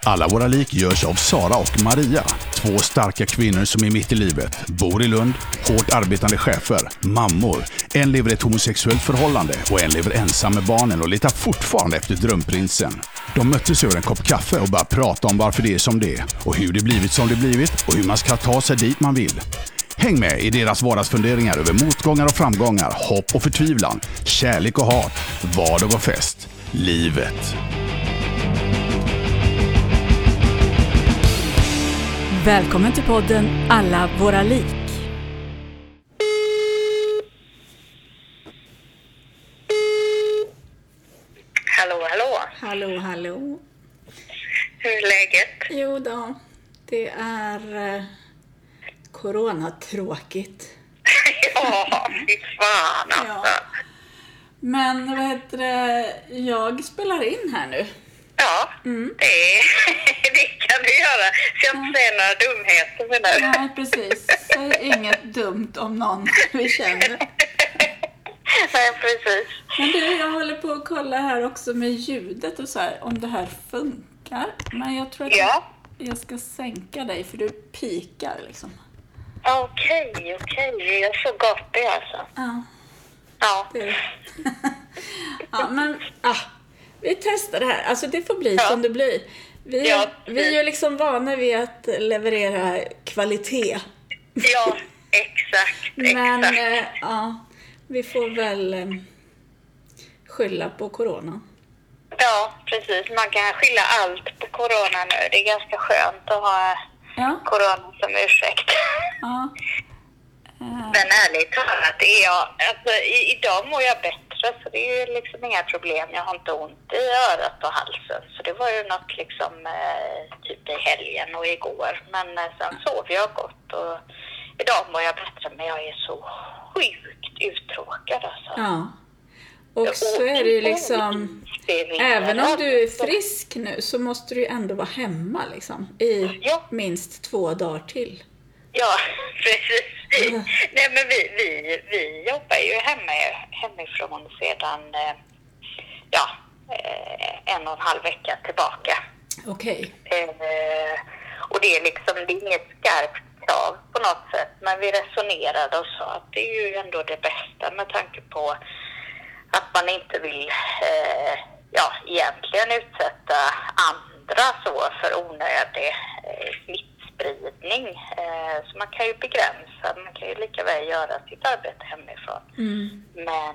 Alla våra lik görs av Sara och Maria. Två starka kvinnor som är mitt i livet. Bor i Lund, hårt arbetande chefer, mammor. En lever ett homosexuellt förhållande och en lever ensam med barnen och letar fortfarande efter drömprinsen. De möttes över en kopp kaffe och började prata om varför det är som det är. Och hur det blivit som det blivit och hur man ska ta sig dit man vill. Häng med i deras vardagsfunderingar över motgångar och framgångar, hopp och förtvivlan, kärlek och hat, vardag och fest, livet. Välkommen till podden Alla våra lik. Hallå, hallå. Hallå, hallå. Hur är läget? Jo då, det är coronatråkigt. Ja, fy fan alltså. Ja. Men vad heter det? Jag spelar in här nu. Ja, det kan du göra. Så jag inte säger några dumheter med det. Nej, precis. Säg inget dumt om någon vi känner. Nej, precis. Men du, jag håller på att kolla här också med ljudet och så här, om det här funkar. Men jag tror att jag ska sänka dig för du pikar liksom. Okej. Det är så gott det alltså. Ja. Det är det. Ja, men vi testar det här. Alltså det får bli som det blir. Vi är ju liksom vana vid att leverera kvalitet. Ja, exakt. Men vi får väl skylla på corona. Ja, precis. Man kan skylla allt på corona nu. Det är ganska skönt att ha corona som ursäkt. Ja. Men ärligt talat, idag mår jag bättre, så det är ju liksom inga problem. Jag har inte ont i örat och halsen, så det var ju något liksom typ i helgen och igår. Men sen sov jag gott och idag mår jag bättre, men jag är så sjukt uttråkad alltså. Ja, och så är det ju liksom, även om du är frisk nu så måste du ju ändå vara hemma liksom i minst 2 dagar till. Ja, precis. Nej, men vi jobbar ju hemifrån sedan 1,5 vecka tillbaka. Okej. Och det är liksom, det är inget skarpt krav på något sätt, men vi resonerade och sa att det är ju ändå det bästa med tanke på att man inte vill egentligen utsätta andra så för onödig smittspridning. Så man kan ju begränsa, man kan ju lika väl göra sitt arbete hemifrån. Men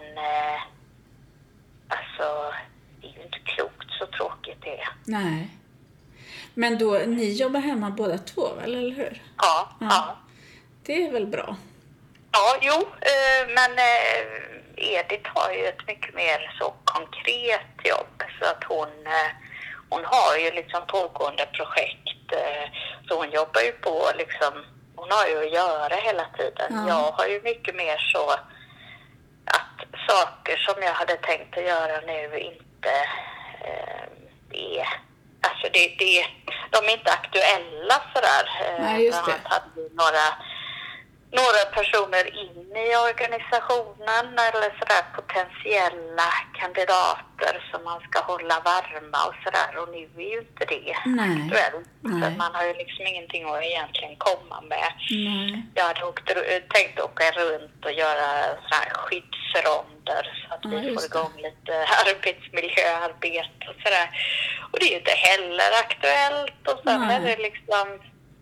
alltså, det är ju inte klokt så tråkigt det är. Nej. Men då, ni jobbar hemma båda två, eller hur? Ja. Det är väl bra? Ja, men Edith har ju ett mycket mer så konkret jobb, så att hon har ju liksom pågående projekt, så hon jobbar ju på liksom, hon har ju att göra hela tiden. Ja. Jag har ju mycket mer så att saker som jag hade tänkt att göra nu inte är, alltså de är inte aktuella sådär. Nej, just det. Hade några personer in i organisationen eller sådär, potentiella kandidater som man ska hålla varma och sådär, och nu är ju inte det aktuellt. Så man har ju liksom ingenting att egentligen komma med. Nej. Jag hade tänkt åka runt och göra sådana här skyddsronder så att vi får igång lite arbetsmiljöarbete och sådär. Och det är ju inte heller aktuellt, och sen är det liksom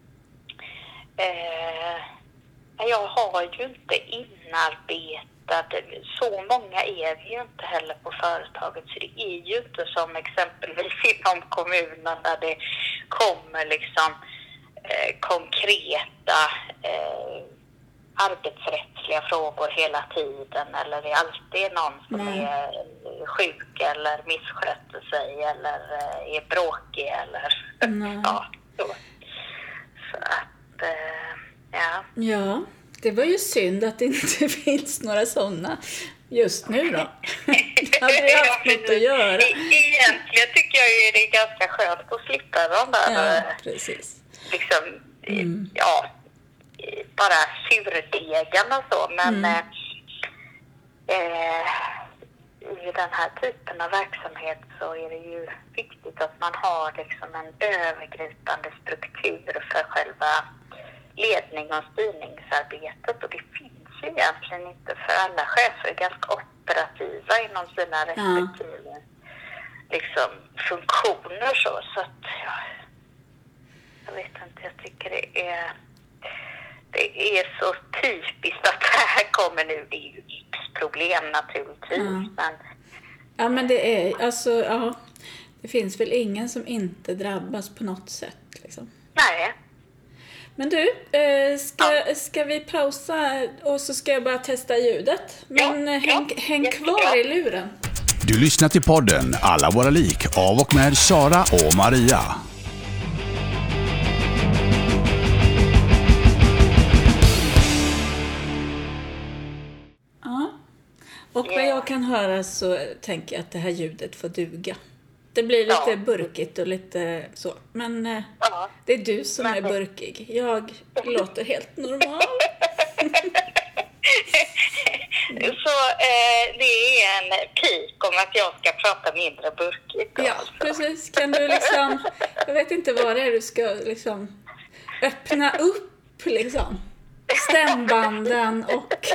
jag har ju inte inarbetade, så många är vi ju inte heller på företaget, så det är ju inte som exempelvis inom kommunen där det kommer liksom konkreta arbetsrättsliga frågor hela tiden, eller det är alltid någon som är sjuk eller missköter sig eller är bråkig eller så att Ja, det var ju synd att det inte finns några sådana just nu då. Hade vi haft något att göra. Egentligen tycker jag ju det är ganska skönt att slippa de där precis. liksom, bara surdegarna så, men i den här typen av verksamhet så är det ju viktigt att man har liksom en övergripande struktur för själva ledning och styrningsarbetet, och det finns ju egentligen inte, för alla chefer är ganska operativa inom sina respektive liksom, funktioner så att jag vet inte, jag tycker det är så typiskt att det här kommer nu. Det är ju problem naturligtvis. Men det är alltså, det finns väl ingen som inte drabbas på något sätt liksom. Nej. Men du, ska vi pausa och så ska jag bara testa ljudet. Men häng kvar i luren. Du lyssnar till podden Alla våra lik av och med Sara och Maria. Och vad jag kan höra så tänker jag att det här ljudet får duga. Det blir lite burkigt och lite så. Men det är du som är burkig. Jag låter helt normal. Så det är en pik om att jag ska prata mindre burkigt. Ja, alltså. Precis. Kan du liksom... Jag vet inte vad det är du ska liksom öppna upp liksom. Stämbanden och...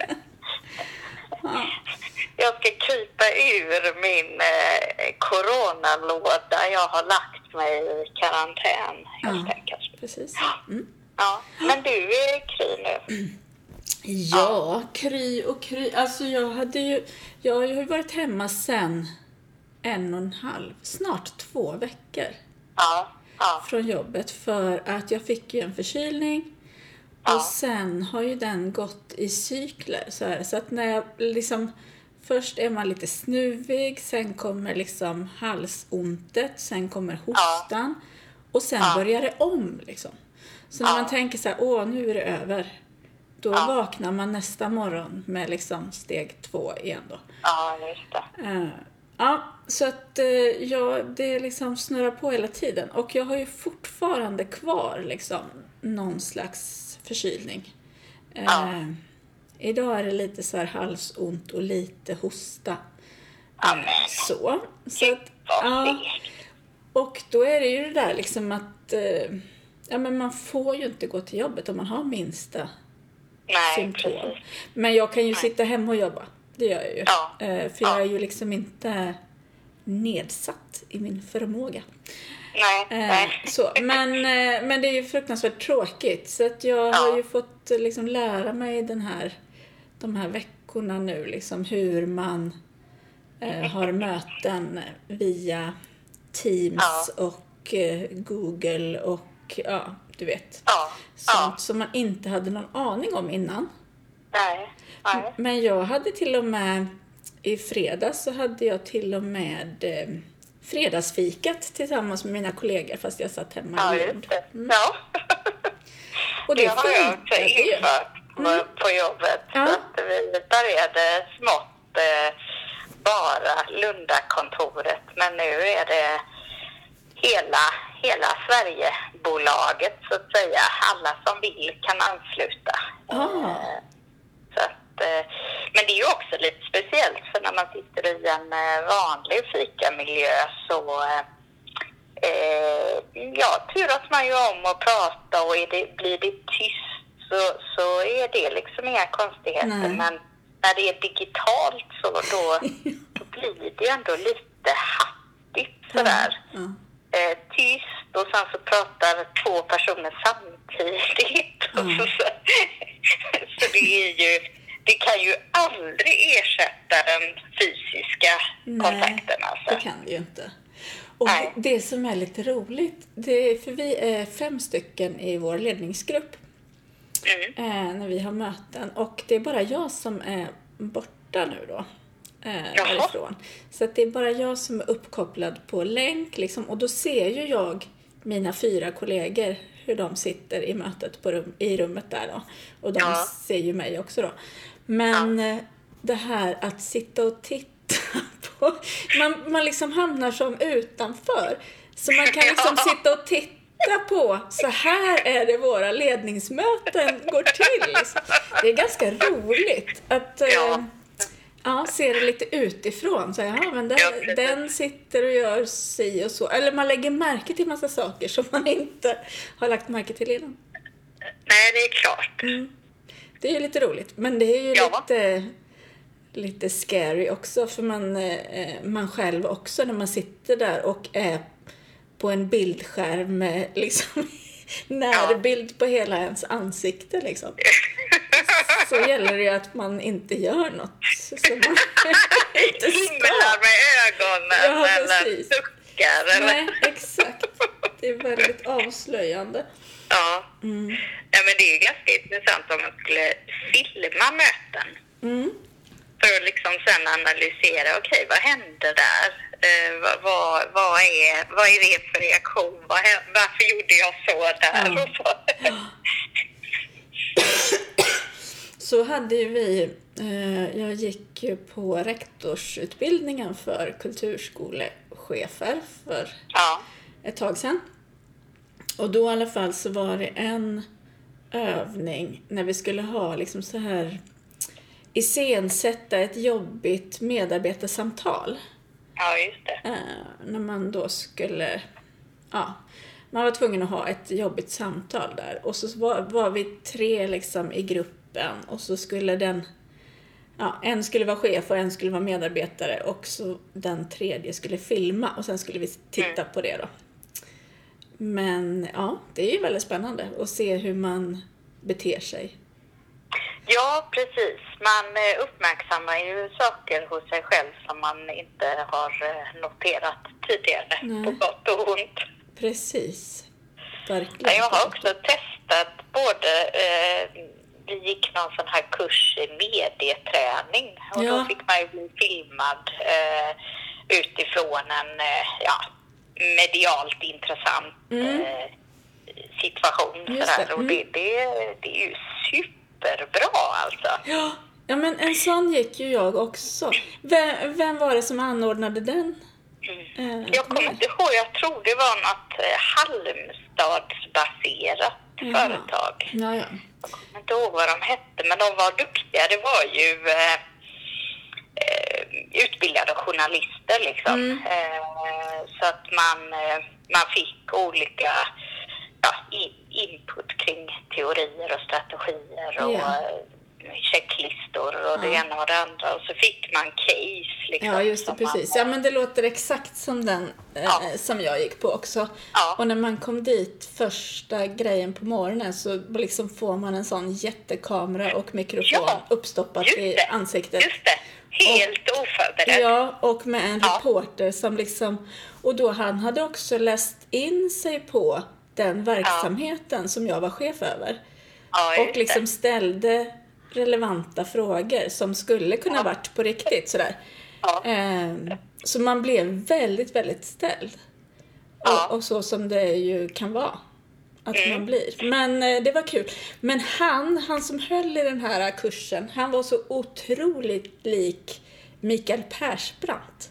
Jag ska krypa ur min coronalåda. Jag har lagt mig i karantän. Precis. Ja, men du är Kry nu. Ja, Kry och Kry. Alltså jag har ju varit hemma sen 1,5, snart 2 veckor. Från jobbet för att jag fick ju en förkylning. Och sen har ju den gått i cykler så att när jag liksom först är man lite snuvig, sen kommer liksom halsontet, sen kommer hostan och sen börjar det om liksom. Så när man tänker så här, nu är det över. Då vaknar man nästa morgon med liksom steg 2 igen då. Ja, just det. Så att det liksom snurrar på hela tiden. Och jag har ju fortfarande kvar liksom någon slags förkylning. Idag är det lite så här halsont och lite hosta. Så att, och då är det ju det där liksom att men man får ju inte gå till jobbet om man har minsta symptom. Precis. Men jag kan ju sitta hemma och jobba. Det gör jag ju. För jag är ju liksom inte nedsatt i min förmåga. Så, men det är ju fruktansvärt tråkigt. Så att jag har ju fått liksom lära mig de här veckorna nu liksom, hur man har möten via Teams och Google och du vet. Sånt som man inte hade någon aning om innan. Nej. Men jag hade till och med i fredags så hade jag till och med fredagsfikat tillsammans med mina kollegor fast jag satt hemma i Lund. Och det har jag också infört på jobbet. Så att vi började smått bara Lundakontoret, men nu är det hela Sverigebolaget så att säga. Alla som vill kan ansluta. Så att, men det är ju också lite speciellt, för när man sitter i en vanlig fikamiljö så turas man ju om att prata, och blir det tyst så är det liksom inga konstigheter. Nej. Men när det är digitalt så då blir det ändå lite hattigt sådär. Tyst, och sen så pratar 2 personer samtidigt. Så det kan ju aldrig ersätta den fysiska kontakten. Alltså. Det kan det ju inte. Och det som är lite roligt, det är för vi är 5 stycken i vår ledningsgrupp när vi har möten. Och det är bara jag som är borta nu då. Därifrån. Så att det är bara jag som är uppkopplad på länk liksom, och då ser ju jag mina 4 kollegor hur de sitter i mötet i rummet där då, och de ser ju mig också då, men det här att sitta och titta på, man liksom hamnar som utanför, så man kan liksom sitta och titta på, så här är det våra ledningsmöten går till. Det är ganska roligt att ser det lite utifrån. Så, men den sitter och gör si och så. Eller man lägger märke till massa saker som man inte har lagt märke till innan. Nej, det är klart. Det är ju lite roligt. Men det är ju lite scary också. För man själv också när man sitter där och är på en bildskärm med liksom närbild på hela ens ansikte liksom. Så gäller det ju att man inte gör något. Så man inte himlar med ögonen eller suckar. Nej, exakt. Det är väldigt avslöjande. Ja. Ja, men det är ju ganska intressant om man skulle filma möten. För att liksom sen analysera, okej, vad hände där? Vad är det för reaktion? Varför gjorde jag så där? Och så. Så hade ju vi, jag gick på rektorsutbildningen för kulturskolechefer för ett tag sedan. Och då i alla fall så var det en övning när vi skulle ha liksom så här iscensätta ett jobbigt medarbetarsamtal. Ja, just det. När man då skulle, man var tvungen att ha ett jobbigt samtal där. Och så var vi 3 liksom i gruppen och så skulle en skulle vara chef och en skulle vara medarbetare och så den tredje skulle filma och sen skulle vi titta på det då. Men det är ju väldigt spännande att se hur man beter sig. Ja, precis. Man uppmärksammar ju saker hos sig själv som man inte har noterat tidigare, på gott och ont. Precis. Verkligen. Jag har också testat vi gick någon sån här kurs i medieträning och då fick man ju bli filmad utifrån en medialt intressant situation. Sådär. Och det är ju superbra alltså. Ja, men en sån gick ju jag också. Vem var det som anordnade den? Jag kommer inte ihåg, jag tror det var något Halmstadsbaserat företag. Ja. Jag kommer inte ihåg vad de hette, men de var duktiga. Det var ju utbildade journalister liksom. Så att man fick olika input kring teorier och strategier och checklistor och det ena och det andra. Och så fick man case liksom. Ja, just det, precis. Ja, men det låter exakt som den som jag gick på också. Och när man kom dit första grejen på morgonen så liksom får man en sån jättekamera och mikrofon uppstoppat i ansiktet. Just det. Helt oförberedd. Ja, och med en reporter som liksom, och då han hade också läst in sig på den verksamheten som jag var chef över. Och liksom ställde relevanta frågor som skulle kunna varit på riktigt sådär. Så man blev väldigt, väldigt ställd. Och så som det ju kan vara att man blir. Men det var kul. Men han som höll i den här kursen, han var så otroligt lik Mikael Persbrandt.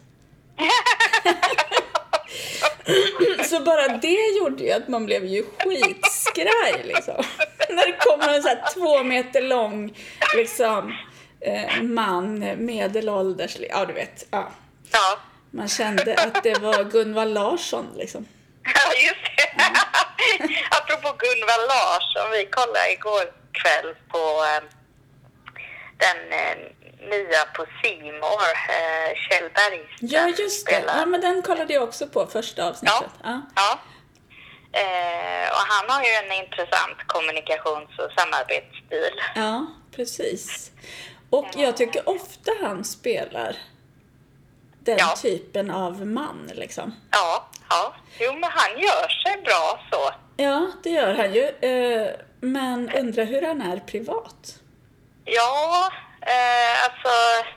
Så bara det gjorde ju att man blev ju skitskraj liksom. När det kommer en så här 2 meter lång liksom man medelålders, du vet. Man kände att det var Gunvald Larsson liksom. Ja, just det. Apropå Gunvald Larsson, vi kollade igår kväll på den nya på C More, Kjell Bergström. Ja, just det. Ja, men den kollade jag också på första avsnittet. Ja. Och han har ju en intressant kommunikations- och samarbetsstil. Ja, precis. Och jag tycker ofta han spelar den typen av man liksom. Ja. Jo, men han gör sig bra så. Ja, det gör han ju. Men undrar hur han är privat. Ja, alltså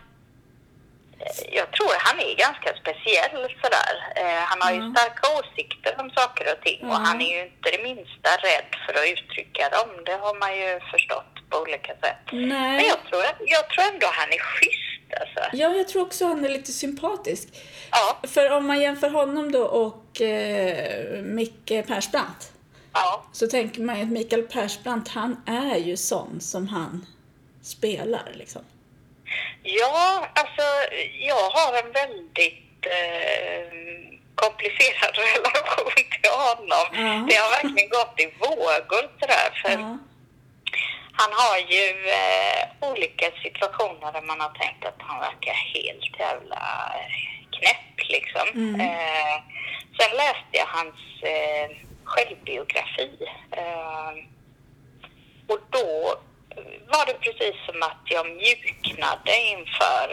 jag tror han är ganska speciell sådär. Han har ju starka åsikter om saker och ting och han är ju inte det minsta rädd för att uttrycka dem. Det har man ju förstått på olika sätt. Nej. Men jag tror ändå han är schysst alltså. Ja, jag tror också han är lite sympatisk. Ja. För om man jämför honom då och Micke Persbrandt. Ja. Så tänker man att Mikael Persbrandt, han är ju sån som han spelar liksom. Ja, alltså jag har en väldigt komplicerad relation till honom. Det har verkligen gått i vågor sådär, för han har ju olika situationer där man har tänkt att han verkar helt jävla knäpp liksom. Sen läste jag hans självbiografi och då var det precis som att jag mjuknade inför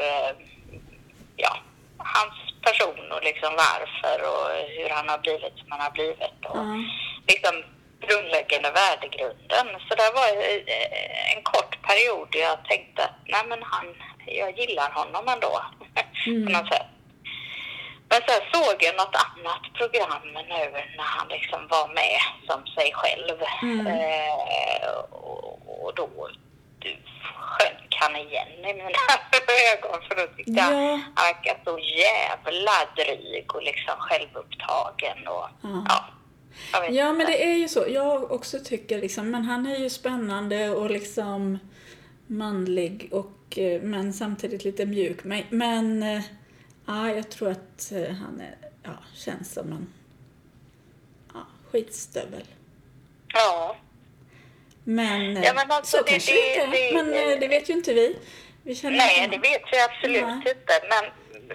hans person och liksom varför och hur han har blivit som han har blivit och liksom grundläggande värdegrunden. Så det var en kort period där jag tänkte att jag gillar honom ändå på något sätt. Men sen såg jag något annat program nu när han liksom var med som sig själv. Och då sjönk han igen i mina ögon, för då tyckte jag han verkar så jävla dryg och liksom självupptagen och Ja, men det är ju så. Jag också tycker liksom, men han är ju spännande och liksom manlig och men samtidigt lite mjuk. Men jag tror att han är, känns som en skitstövel. Ja. Men, alltså, så kanske det är. Men det vet ju inte vi. Nej, det vet vi absolut inte. Men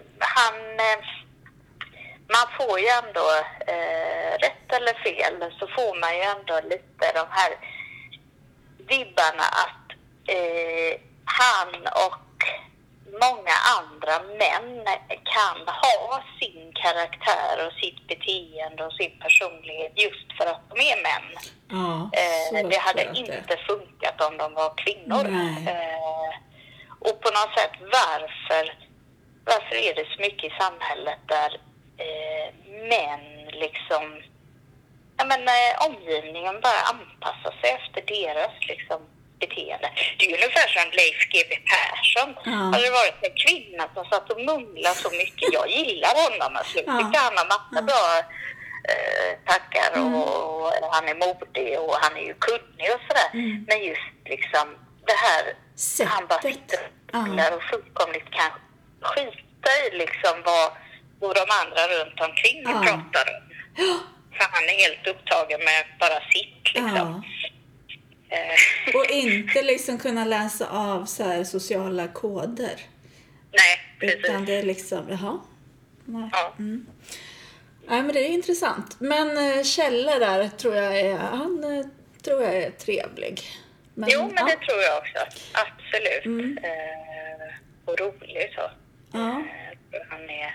man får ju ändå, rätt eller fel, så får man ju ändå lite de här vibbarna att han och många andra män kan ha sin karaktär och sitt beteende och sin personlighet just för att de är män. Det hade inte funkat om de var kvinnor. Och på något sätt, varför är det så mycket i samhället där män liksom, omgivningen bara anpassar sig efter deras liksom beteende. Det är ju ungefär som Leif GW Persson. Hade det varit en kvinna som satt och mumlade så mycket. Jag gillar honom. Jag tyckte han har massa bra tackar och han är modig och han är ju kunnig och sådär. Men just liksom det här sättet. Han bara sitter där och fullkomligt kan skita i liksom vad de andra runt omkring pratar om. För han är helt upptagen med bara sitt liksom. Och inte liksom kunna läsa av så här sociala koder. Nej, precis. Utan det är liksom, Nej, men det är intressant. Men Kjelle där tror jag är trevlig. Men, men det tror jag också. Absolut. Och rolig så. Han är,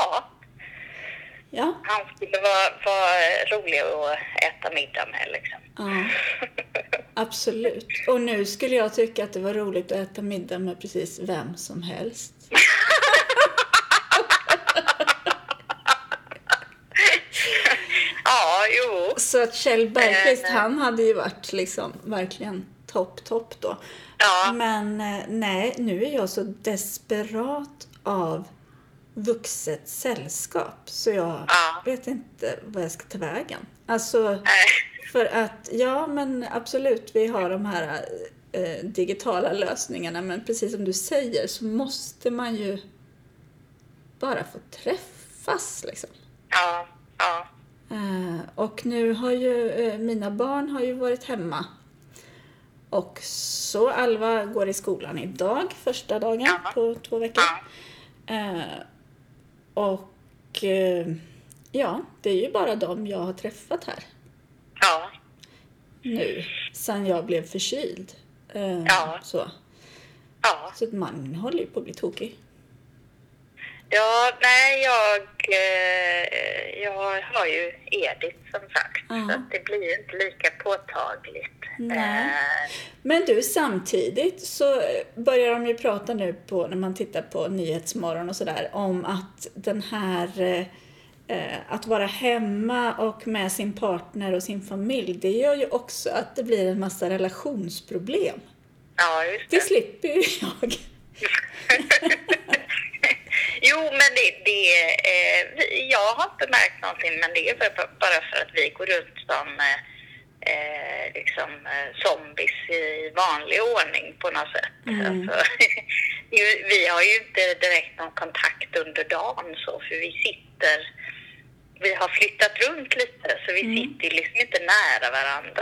han skulle vara rolig att äta middag med liksom. Absolut. Och nu skulle jag tycka att det var roligt att äta middag med precis vem som helst. Så att Kjell Bergqvist, han hade ju varit liksom verkligen topp då. Men nej, nu är jag så desperat av vuxet sällskap så jag vet inte vad jag ska ta vägen. Alltså, för att, men absolut, vi har de här digitala lösningarna, men precis som du säger så måste man ju bara få träffas liksom. Och nu har ju mina barn har ju varit hemma. Och så Alva går i skolan idag, första dagen på 2 veckor. Och det är ju bara dem jag har träffat här. Nu, sen jag blev förkyld. Så att man håller ju på att bli tokig. Jag har ju Edith som sagt. Så att det blir inte lika påtagligt. Men du, samtidigt så börjar de ju prata nu när man tittar på Nyhetsmorgon och sådär om att den här att vara hemma och med sin partner och sin familj, det gör ju också att det blir en massa relationsproblem. Just det slipper ju jag. Jo, men jag har inte märkt någonting, men det är bara för att vi går runt som zombies i vanlig ordning på något sätt. Alltså, vi har ju inte direkt någon kontakt under dagen så, för vi har flyttat runt lite så vi sitter liksom inte nära varandra.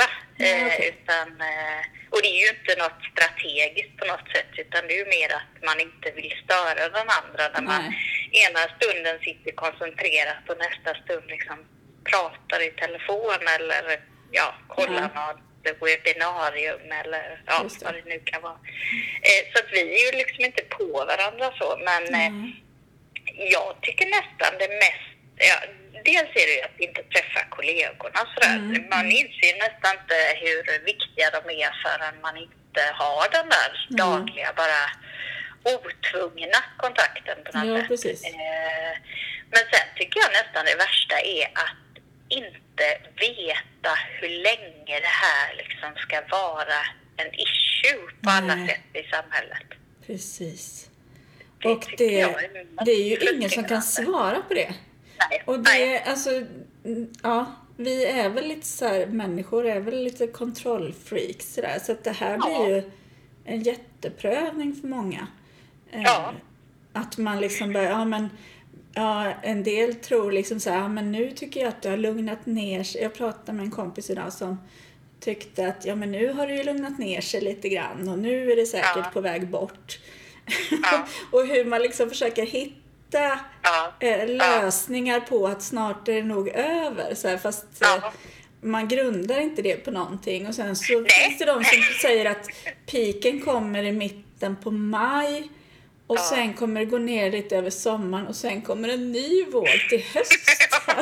Och det är ju inte något strategiskt på något sätt, utan det är ju mer att man inte vill störa den andra när man ena stunden sitter koncentrerat och nästa stund liksom pratar i telefon eller kollar något webbinarium eller vad det nu kan vara. Så att vi är ju liksom inte på varandra så, men jag tycker nästan det mest, dels är det ju att inte träffa kollegorna sådär. Man inser nästan inte hur viktiga de är förrän man inte har den där dagliga, bara otvungna kontakten på något sätt. Precis. Men sen tycker jag nästan det värsta är att inte veta hur länge det här liksom ska vara en issue på alla sätt i samhället. Precis. Och det är ju ingen som kan svara på det. Nej. Och det alltså, vi är väl lite så här, människor är väl lite kontrollfreaks sådär, så att det här blir ju en jätteprövning för många. Att man liksom börjar, en del tror liksom så här, men nu tycker jag att det har lugnat ner sig. Jag pratade med en kompis idag som tyckte att men nu har det ju lugnat ner sig lite grann och nu är det säkert på väg bort. Och hur man liksom försöker hitta lösningar på att snart är det nog över. Så här, fast man grundar inte det på någonting. Och sen så finns det de som säger att piken kommer i mitten på maj. Och sen kommer det gå ner lite över sommaren. Och sen kommer en ny våg till hösten.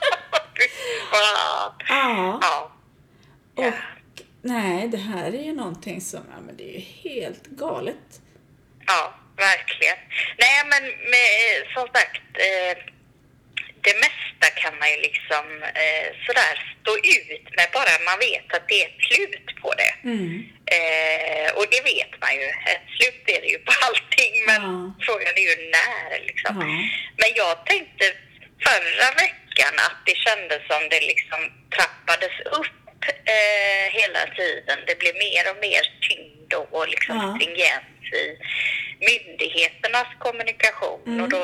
Och nej, det här är ju någonting som, men det är ju helt galet. Ja, verkligen. Nej, men som sagt, det mesta kan man ju liksom sådär stå ut med, bara man vet att det är ett slut på det. Och det vet man ju. Ett slut är det ju på allting, men frågan är ju när liksom. Men jag tänkte förra veckan att det kändes som det liksom trappades upp hela tiden. Det blev mer och mer tyngd och liksom stringens i myndigheternas kommunikation. Och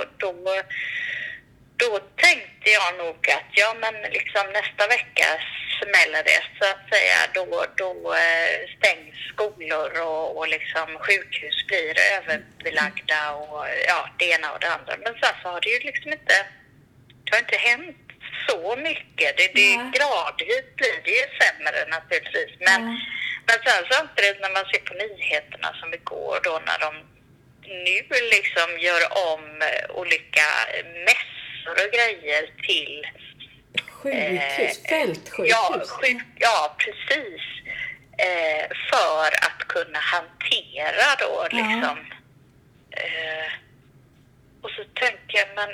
då tänkte jag nog att men liksom nästa vecka smäller det så att säga. Då stängs skolor och liksom sjukhus blir överbelagda och det ena och det andra. Men sen så har det ju liksom inte hänt så mycket. Det gradvis blir det ju sämre naturligtvis. Men sen samtidigt när man ser på nyheterna som igår då, när de nu liksom gör om olika mässor och grejer till sjukhus, fältsjukhus. Ja, precis. För att kunna hantera då liksom. Och så tänker jag, men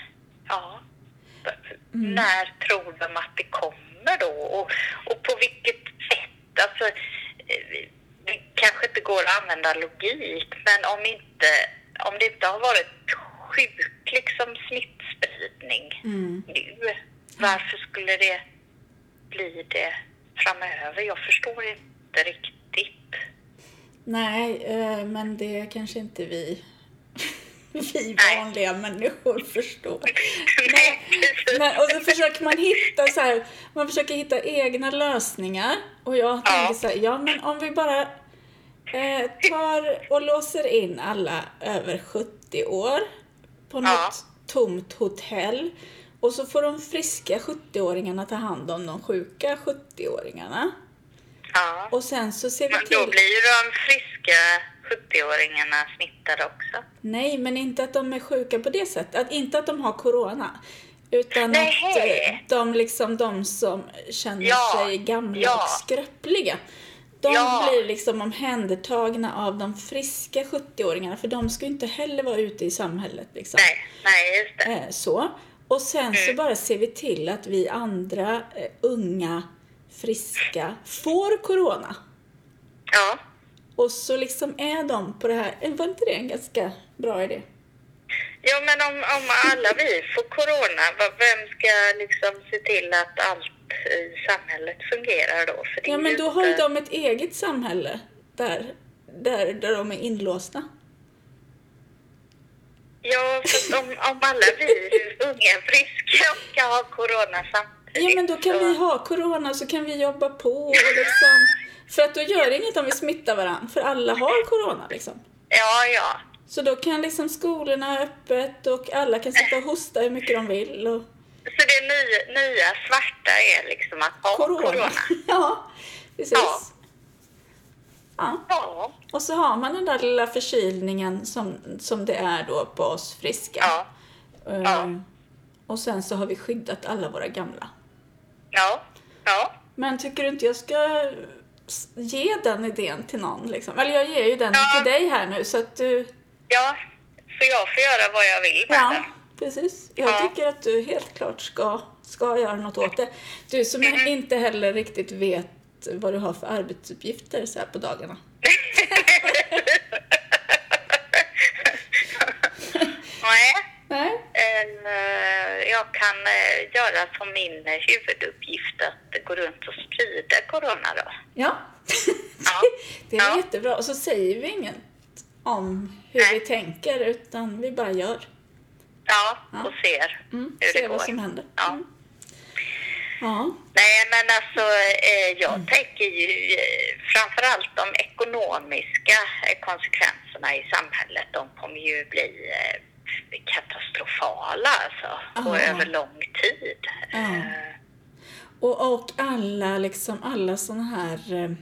när tror de att det kommer då? Och på vilket sätt? Alltså, det kanske inte går att använda logik, men om det inte har varit sjuk liksom smittspridning nu, varför skulle det bli det framöver? Jag förstår inte riktigt. Nej, men det kanske inte vi vanliga människor förstår. Men, och så försöker man hitta så här, man försöker hitta egna lösningar. Och jag tänker så här, men om vi bara tar och låser in alla över 70 år på något tomt hotell. Och så får de friska 70-åringarna ta hand om de sjuka 70-åringarna. Ja. Och sen så ser vi till... Men då blir ju de friska 70-åringarna smittade också. Nej, men inte att de är sjuka på det sättet. Inte att de har corona. Utan att de som känner sig gamla och skröpliga. De blir liksom omhändertagna av de friska 70-åringarna. För de ska ju inte heller vara ute i samhället. Liksom. Nej, just det. Så. Och sen så bara ser vi till att vi andra unga, friska får corona. Ja. Och så liksom är de på det här. Var inte det en ganska bra idé? Ja, men om alla vi får corona, vem ska liksom se till att allt i samhället fungerar då? För det ja, men ju då har ju de ett eget samhälle där de är inlåsta. Ja, för om alla vi unga friska ska ha corona samtidigt. Ja, men då kan vi ha corona så kan vi jobba på och liksom... För att då gör det inget om vi smittar varandra, för alla har corona liksom. Ja. Så då kan liksom skolorna ha öppet och alla kan sitta och hosta hur mycket de vill. Och... Så det nya svarta är liksom att ha corona. Ja, precis. Ja. Och så har man den där lilla förkylningen som det är då på oss friska. Ja. Och sen så har vi skyddat alla våra gamla. Ja. Men tycker du inte jag ska ge den idén till någon liksom? Eller jag ger ju den till dig här nu så att du... Ja, så jag får göra vad jag vill med den. Precis. Jag tycker att du helt klart ska göra något åt det. Du som inte heller riktigt vet vad du har för arbetsuppgifter så här på dagarna. Nej. Jag kan göra som min huvuduppgift att gå runt och sprida corona då. Ja. Det är jättebra. Och så säger vi inget om hur vi tänker utan vi bara gör. Ja, och ser hur det går. Vad som händer. Ja. Nej, men alltså jag tänker ju framförallt de ekonomiska konsekvenserna i samhället. De kommer ju bli katastrofala alltså, och över lång tid. Och alla såna här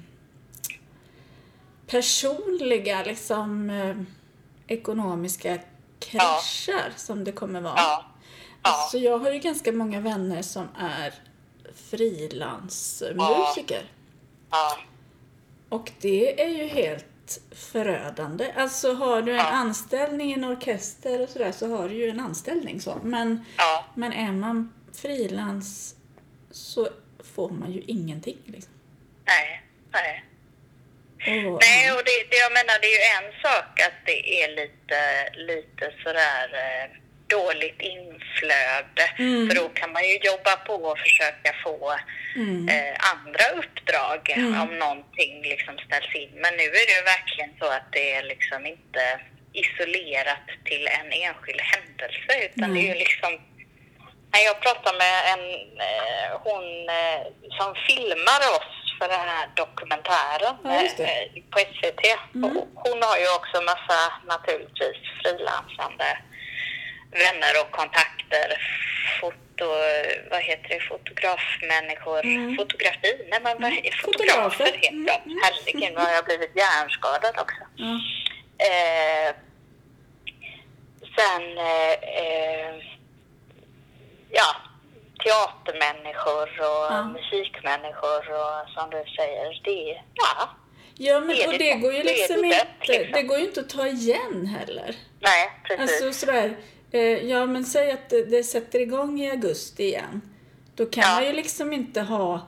personliga liksom ekonomiska kraschar som det kommer vara. Alltså jag har ju ganska många vänner som är frilansmusiker. Och det är ju helt förödande. Alltså har du en anställning i en orkester och sådär så har du ju en anställning så. Men är man frilans så får man ju ingenting liksom. Nej, och det jag menar det är ju en sak att det är lite sådär dåligt inflöde. För då kan man ju jobba på och försöka få andra uppdrag om någonting liksom ställs in. Men nu är det ju verkligen så att det är liksom inte isolerat till en enskild händelse utan det är ju liksom... Jag pratade med hon som filmar oss för den här dokumentären på SVT. Hon har ju också massa naturligtvis frilansande vänner och kontakter, fotografmänniskor, fotografi, nej men fotografer heter de. Herregud, nu har jag blivit hjärnskadad också. Sen teatermänniskor och musikmänniskor och som du säger, det men och det går ju liksom inte, det går ju inte att ta igen heller. Nej, precis. Alltså sådär, men säg att det sätter igång i augusti igen. Då kan man ju liksom inte ha,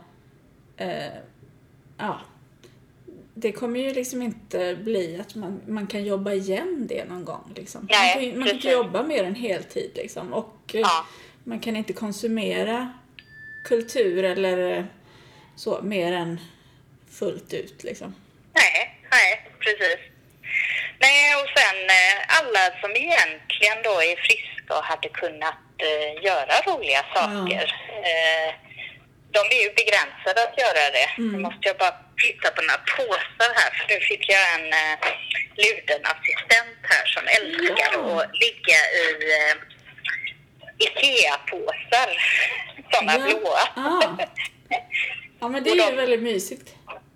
det kommer ju liksom inte bli att man kan jobba igen det någon gång liksom. Man kan inte jobba mer än heltid liksom. Och man kan inte konsumera kultur eller så mer än fullt ut liksom. Nej, precis. Nej, och sen alla som egentligen då är friska och hade kunnat göra roliga saker. De är ju begränsade att göra det. Nu måste jag bara flytta på några påsar här för nu fick jag en luden assistent här som älskar att ligga i IKEA-påsar. Sådana blåa. Ja, men det är ju väldigt mysigt.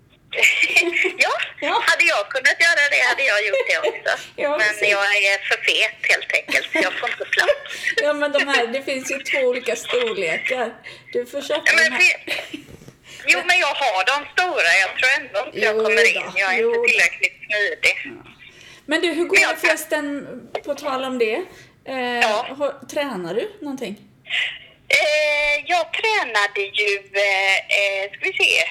Hade jag kunnat göra det hade jag gjort det också. Men jag är för fet helt enkelt. Jag får inte plats. Men det finns ju 2 olika storlekar. Du får köpa de här. Men jag har de stora. Jag tror ändå inte jag kommer in. Jag är inte tillräckligt smidig. Men du, hur går det förresten på tal om det? Tränar du någonting? Jag tränade ju, ska vi se,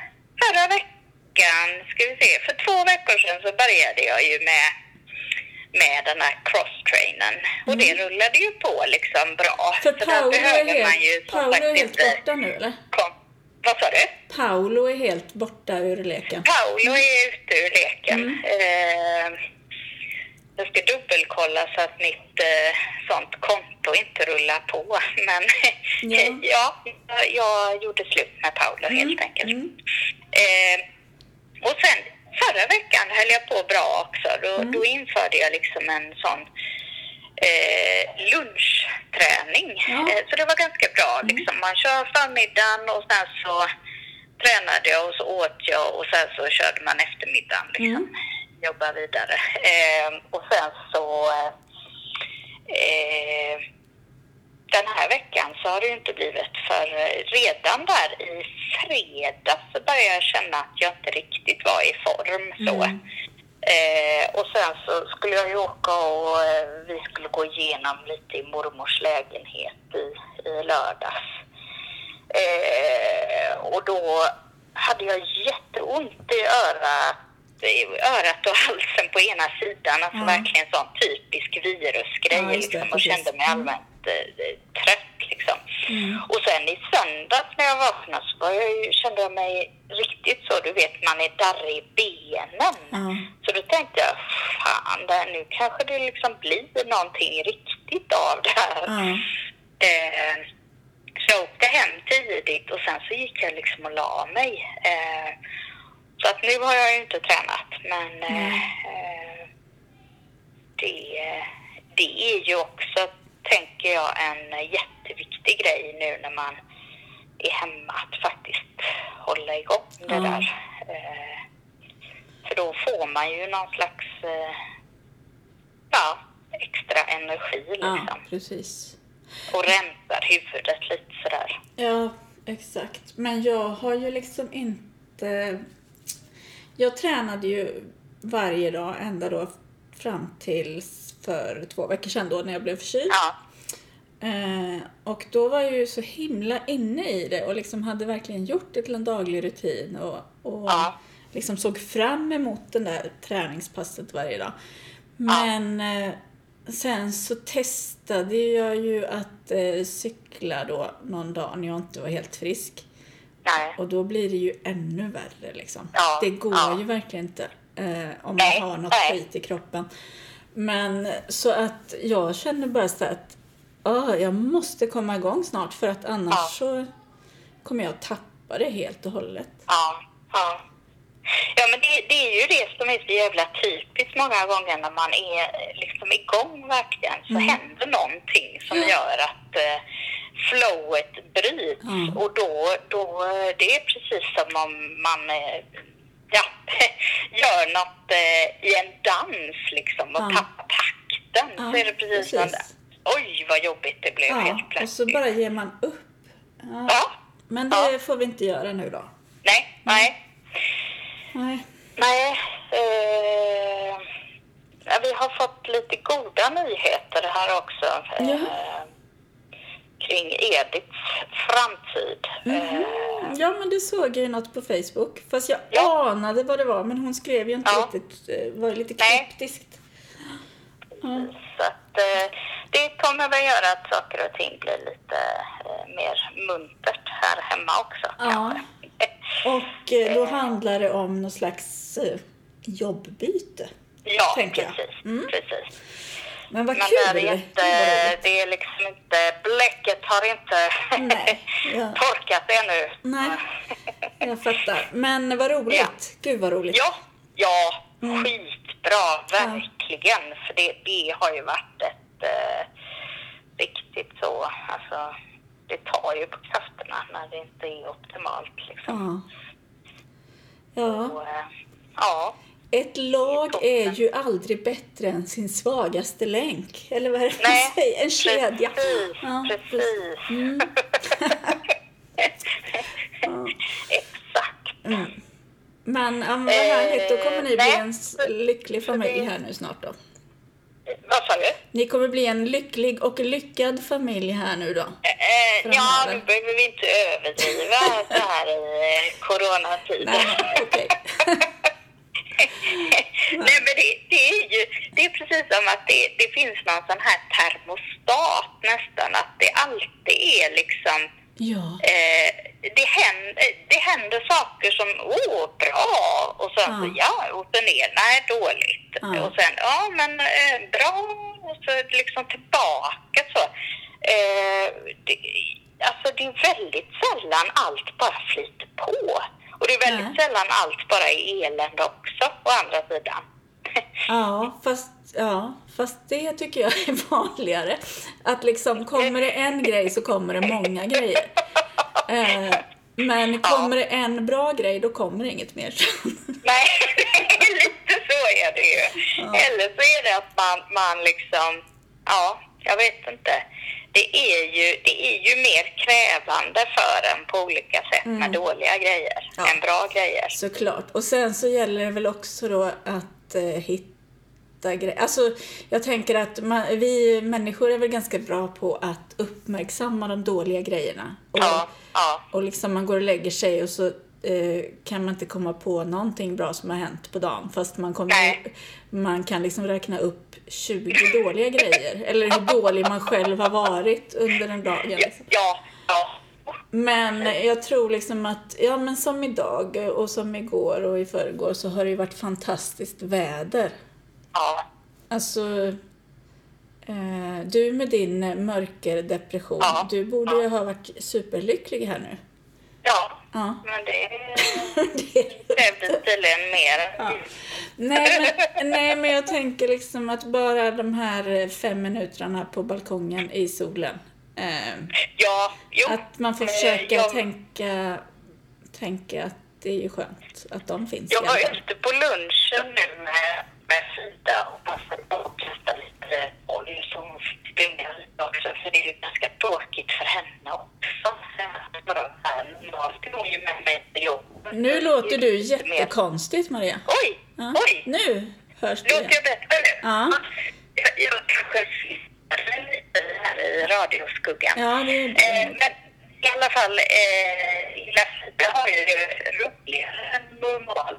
förra veckan, för 2 veckor sedan så började jag ju med den här cross-trainern. Och det rullade ju på liksom bra. För Paolo är helt borta nu, eller? Vad sa du? Paolo är helt borta ur leken. Paolo är ute ur leken. Jag ska dubbelkolla så att mitt sånt konto inte rullar på. Men jag gjorde slut med Paolo helt enkelt. Och sen förra veckan höll jag på bra också. Då införde jag liksom en sån lunchträning. Så det var ganska bra. Liksom. Man kör förmiddagen och sen så tränade jag och så åt jag och sen så körde man eftermiddagen. Liksom. Jobba vidare. Och sen så den här veckan så har det ju inte blivit, för redan där i fredags så började jag känna att jag inte riktigt var i form så. Och sen så skulle jag ju åka och vi skulle gå igenom lite i mormors lägenhet i lördags. Och då hade jag jätteont i örat och halsen på ena sidan. Alltså verkligen sån typisk virusgrej liksom, och kände mig allmänt trött liksom. Och sen i söndags när jag vaknade så kände jag mig riktigt så, du vet, man är darrig i benen. Så då tänkte jag, fan, nu kanske det liksom blir någonting riktigt av det här. Så jag åkte hem tidigt och sen så gick jag liksom och la mig. Så att nu har jag ju inte tränat, men det är ju också, tänker jag, en jätteviktig grej nu när man är hemma, att faktiskt hålla igång det där. För då får man ju någon slags extra energi liksom. Ja, precis. Och rensar huvudet lite sådär. Ja, exakt. Men jag har ju liksom inte... Jag tränade ju varje dag ända då fram till för 2 veckor sedan då när jag blev förkyld. Och då var jag ju så himla inne i det och liksom hade verkligen gjort det till en daglig rutin och liksom såg fram emot den där träningspasset varje dag. Men sen så testade jag ju att cykla då någon dag när jag inte var helt frisk. Och då blir det ju ännu värre liksom. Det går ju verkligen inte om man har något skit i kroppen. Men så att jag känner bara så att jag måste komma igång snart, för att annars så kommer jag tappa det helt och hållet. Ja, men det är ju det som är så jävla typiskt många gånger när man är liksom igång verkligen, så händer någonting som gör att flowet bryts. Och då det är precis som om man gör något i en dans liksom och tappar takten. Så är det precis som oj vad jobbigt det blev helt plötsligt. Och så bara ger man upp. Men det får vi inte göra nu då. Nej. Vi har fått lite goda nyheter här också kring Ediths framtid. Ja, men det såg jag ju något på Facebook. Fast jag anade vad det var, men hon skrev ju inte riktigt, var lite kryptiskt. Så att det kommer väl göra att saker och ting blir lite mer muntert här hemma också. Kanske. Och då handlar det om någon slags jobbbyte. Ja, precis. Men vad kul! Det är liksom inte, bläcket har inte torkat ännu. Nej, jag fattar. Men vad roligt. Gud vad roligt. Ja, skitbra, verkligen. För det har ju varit ett riktigt så, alltså det tar ju på krafterna när det inte är optimalt liksom. Ett lag är ju aldrig bättre än sin svagaste länk. Eller vad är det man säger? En kedja. Precis. Exakt. Men vad härligt, då kommer ni bli en lycklig familj här nu snart då. Vad sa du? Ni kommer bli en lycklig och lyckad familj här nu då. Nu behöver vi inte överdriva så här i coronatiden. Okej. Nej, men det är precis som att det finns någon sån här termostat nästan, att det alltid är liksom det händer saker som bra, och sen så och sen dåligt, och sen bra, och så liksom tillbaka så. Alltså det är väldigt sällan allt bara flyter på. Och det är väldigt sällan allt bara är elände också, å andra sidan. Fast det tycker jag är vanligare. Att liksom kommer det en grej så kommer det många grejer. Men kommer det en bra grej, då kommer det inget mer. Nej, lite så är det ju. Eller så är det att man liksom, jag vet inte. Det är ju mer krävande för en på olika sätt med dåliga grejer än bra grejer. Såklart. Och sen så gäller det väl också då att hitta grejer. Alltså jag tänker att vi människor är väl ganska bra på att uppmärksamma de dåliga grejerna. Och liksom man går och lägger sig och så kan man inte komma på någonting bra som har hänt på dagen. Fast man kan liksom räkna upp 20 dåliga grejer. Eller hur dålig man själv har varit under den dagen. Liksom. Men jag tror liksom att, men som idag och som igår och i förrgår, så har det ju varit fantastiskt väder. Ja. Alltså, du med din mörkerdepression, du borde ju ha varit superlycklig här nu. Ja. Men det krävde tydligen mer. Nej, men jag tänker liksom att bara de här 5 minuterna på balkongen i solen. Att man får försöka tänka att det är ju skönt att de finns. Jag var ute på lunchen nu med Frida och passade på att kasta lite olja som springa lite också, för det är ju ganska tråkigt för henne också. Nu låter du jättekonstigt, Maria. Oj! Nu hörs det. Låter jag bättre nu? Ja. Jag kanske flyttar lite här i radioskuggan. Ja, det är det. Men i alla fall, lilla Frida har ju roligare än normalt.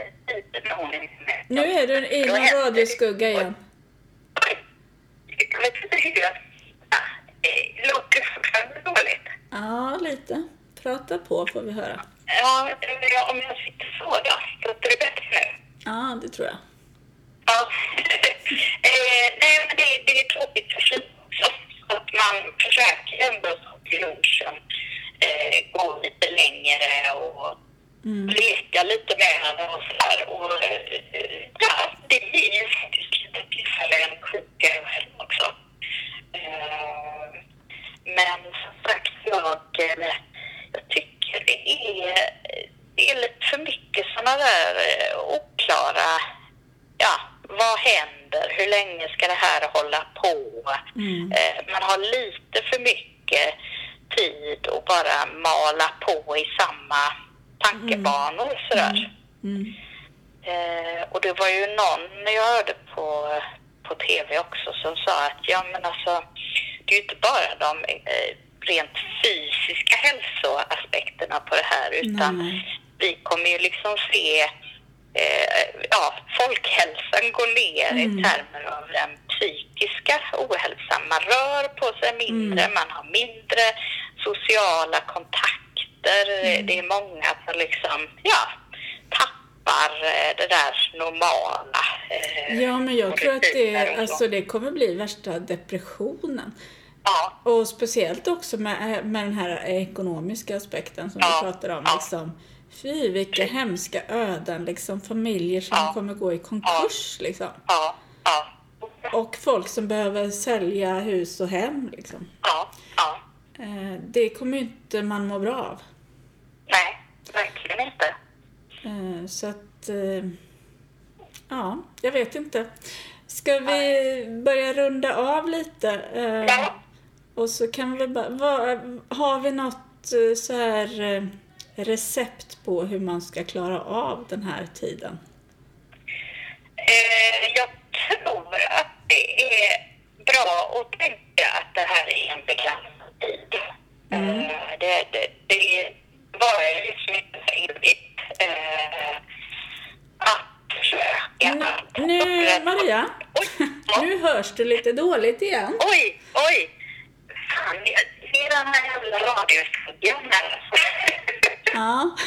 Nu är du i en radioskugga igen. Jag vet inte hur låter det fortfarande dåligt? Ja, lite. Prata på får vi höra. Ja, om jag sitter så då, låter det bättre nu? Ja, det tror jag. Ja. Nej, men det är tråkigt för sig också. Så att man försöker ändå till lunchen gå lite längre och leka lite mer och sådär. Och det blir ju faktiskt lite tillfälle en sjuka också. Men som sagt, jag tycker det är lite för mycket sådana där oklara, vad händer? Hur länge ska det här hålla på? Man har lite för mycket tid att bara mala på i samma tankebanor och sådär. Och det var ju någon jag hörde på tv också som sa att det är ju inte bara de rent fysiska hälsoaspekterna på det här, utan vi kommer ju liksom se folkhälsan går ner i termer av den psykiska ohälsan. Man rör på sig mindre, man har mindre sociala kontakter. Det är många som liksom tappar det där normala. Men jag tror att det kommer bli värsta depressionen. Ja. Och speciellt också med den här ekonomiska aspekten som vi pratar om. Liksom. Fy, vilka hemska öden. Liksom, familjer som kommer gå i konkurs. Liksom. Och folk som behöver sälja hus och hem. Liksom. Det kommer ju inte man må bra av. Nej, verkligen inte. Så att... jag vet inte. Ska vi börja runda av lite? Och så kan vi bara... Har vi något så här recept på hur man ska klara av den här tiden? Jag tror att det är bra att tänka att det här är en begränsad tid. Det var ju liksom inte så evigt. Att Maria, nu hörs du lite dåligt igen. Oj! Fan, det är den här jävla radiostudion här. Ja.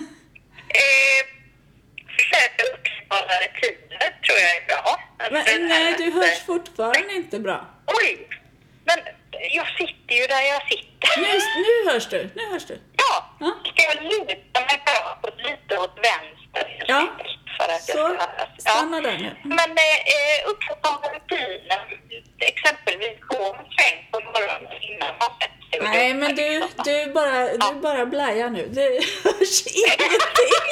Försöka uppspara rutiner tror jag är bra. Men, nej, du hörs fortfarande inte bra. Oj! Men jag sitter ju där jag sitter. Nu hörs du. Ja. Ska jag luta mig bakåt lite åt vänster? Ja. För att Så, jag ska stanna där nu. Men uppspara rutiner. Exempelvis gå en sväng på morgonen innan man sätter sig. Nej, men du bara bläjar nu. Det hörs ingenting.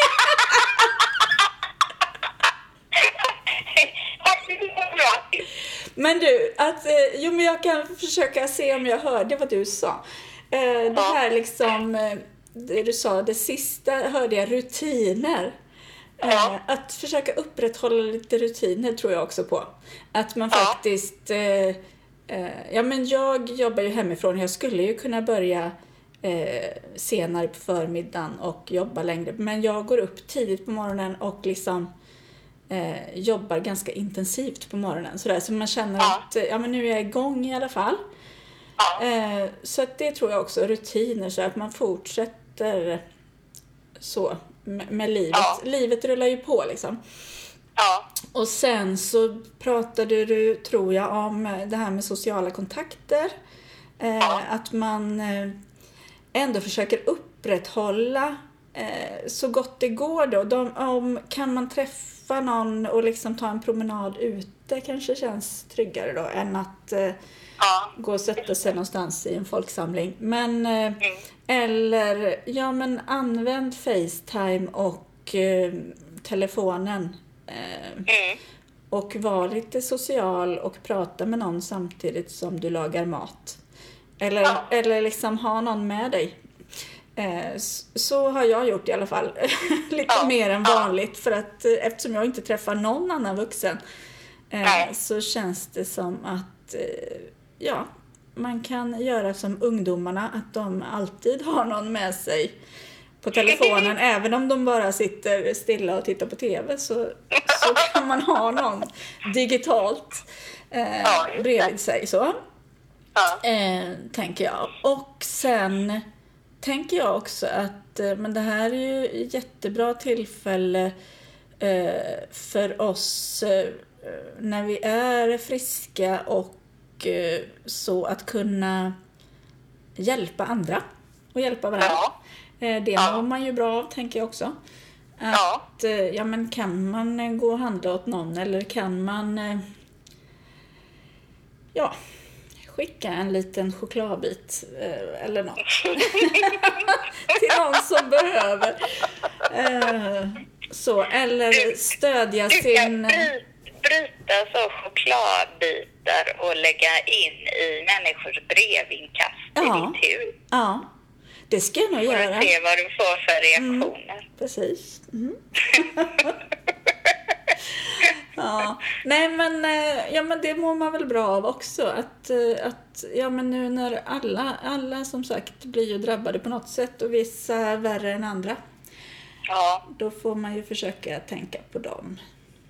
Men du, men jag kan försöka se om jag hörde vad du sa. Det här liksom, det du sa, det sista hörde jag, rutiner. Att försöka upprätthålla lite rutiner tror jag också på. Att man faktiskt, men jag jobbar ju hemifrån. Jag skulle ju kunna börja senare på förmiddagen och jobba längre. Men jag går upp tidigt på morgonen och liksom jobbar ganska intensivt på morgonen. Så man känner att men nu är jag igång i alla fall. Så att det tror jag också, rutiner, så att man fortsätter så med livet. Livet rullar ju på liksom. Och sen så pratade du, tror jag, om det här med sociala kontakter. Att man ändå försöker upprätthålla så gott det går då. Kan man träffa någon och liksom ta en promenad ute, kanske känns tryggare då än att gå och sätta sig någonstans i en folksamling. Men eller använd FaceTime och telefonen och var lite social och prata med någon samtidigt som du lagar mat. Eller liksom ha någon med dig. Så har jag gjort i alla fall. Lite mer än vanligt. För att eftersom jag inte träffar någon annan vuxen så känns det som att man kan göra som ungdomarna, att de alltid har någon med sig på telefonen. Även om de bara sitter stilla och tittar på TV så kan man ha någon digitalt bredvid sig. Så tänker jag. Och sen tänker jag också att men det här är ju ett jättebra tillfälle för oss när vi är friska och så att kunna hjälpa andra och hjälpa varandra. Det mår man ju bra av, tänker jag också. Att men kan man gå och handla åt någon, eller kan man skicka en liten chokladbit eller något till någon som behöver. Så, eller stödja sin... Bryta så chokladbitar och lägga in i människors brevinkast i ditt hus. Ja, det ska jag nog göra. Och se vad du får för reaktioner. Precis. Nej, men det mår man väl bra av också. Att men nu när alla som sagt blir ju drabbade på något sätt och vissa värre än andra. Då får man ju försöka tänka på dem.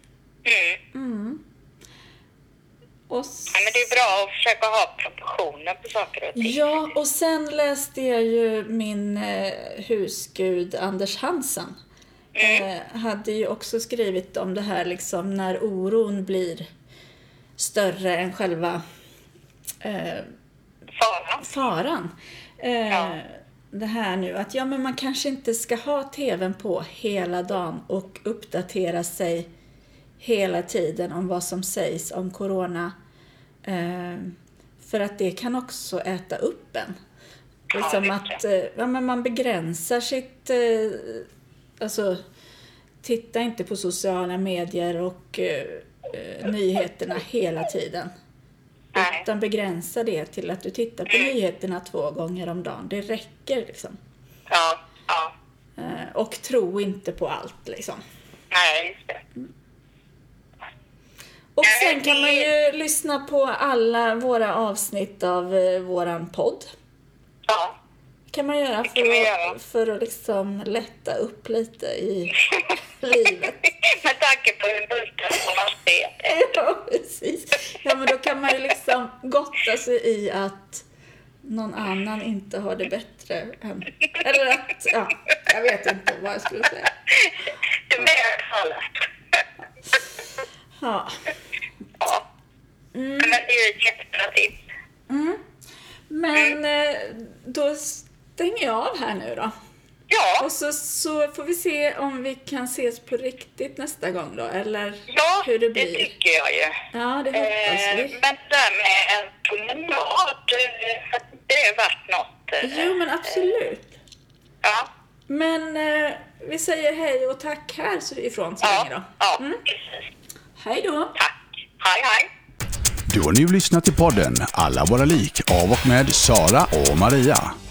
Och men det är bra att försöka ha proportioner på saker och ting. Ja, och sen läste jag ju min husgud Anders Hansen. Hade ju också skrivit om det här liksom, när oron blir större än själva faran. Det här nu att men man kanske inte ska ha tvn på hela dagen och uppdatera sig hela tiden om vad som sägs om corona. För att det kan också äta upp en. Liksom att men man begränsar sitt... alltså, titta inte på sociala medier och nyheterna hela tiden. Utan begränsa det till att du tittar på nyheterna 2 gånger om dagen. Det räcker liksom. Och tro inte på allt liksom. Nej, just det. Och sen kan man ju lyssna på alla våra avsnitt av våran podd. kan man göra för att liksom lätta upp lite i livet. Med tanke på hur bultar som man ser. Ja, precis. Ja, men då kan man ju liksom gotta sig i att någon annan inte har det bättre än... Eller att, ja, jag vet inte vad jag skulle säga. Du menar talat. Ja. Ja. Men det är ju ett jättebra tips. Men då stänger jag av här nu då. Ja. Och så får vi se om vi kan ses på riktigt nästa gång då, eller hur det blir. Ja, det tycker jag ju. Ja, det hoppas vi. Men det där med en promenad, det är värt något. Jo, men absolut. Ja. Men vi säger hej och tack här så ifrån så länge då. Ja, precis. Hej då. Tack. Hej, hej. Du har nu lyssnat till podden Alla våra lik av och med Sara och Maria.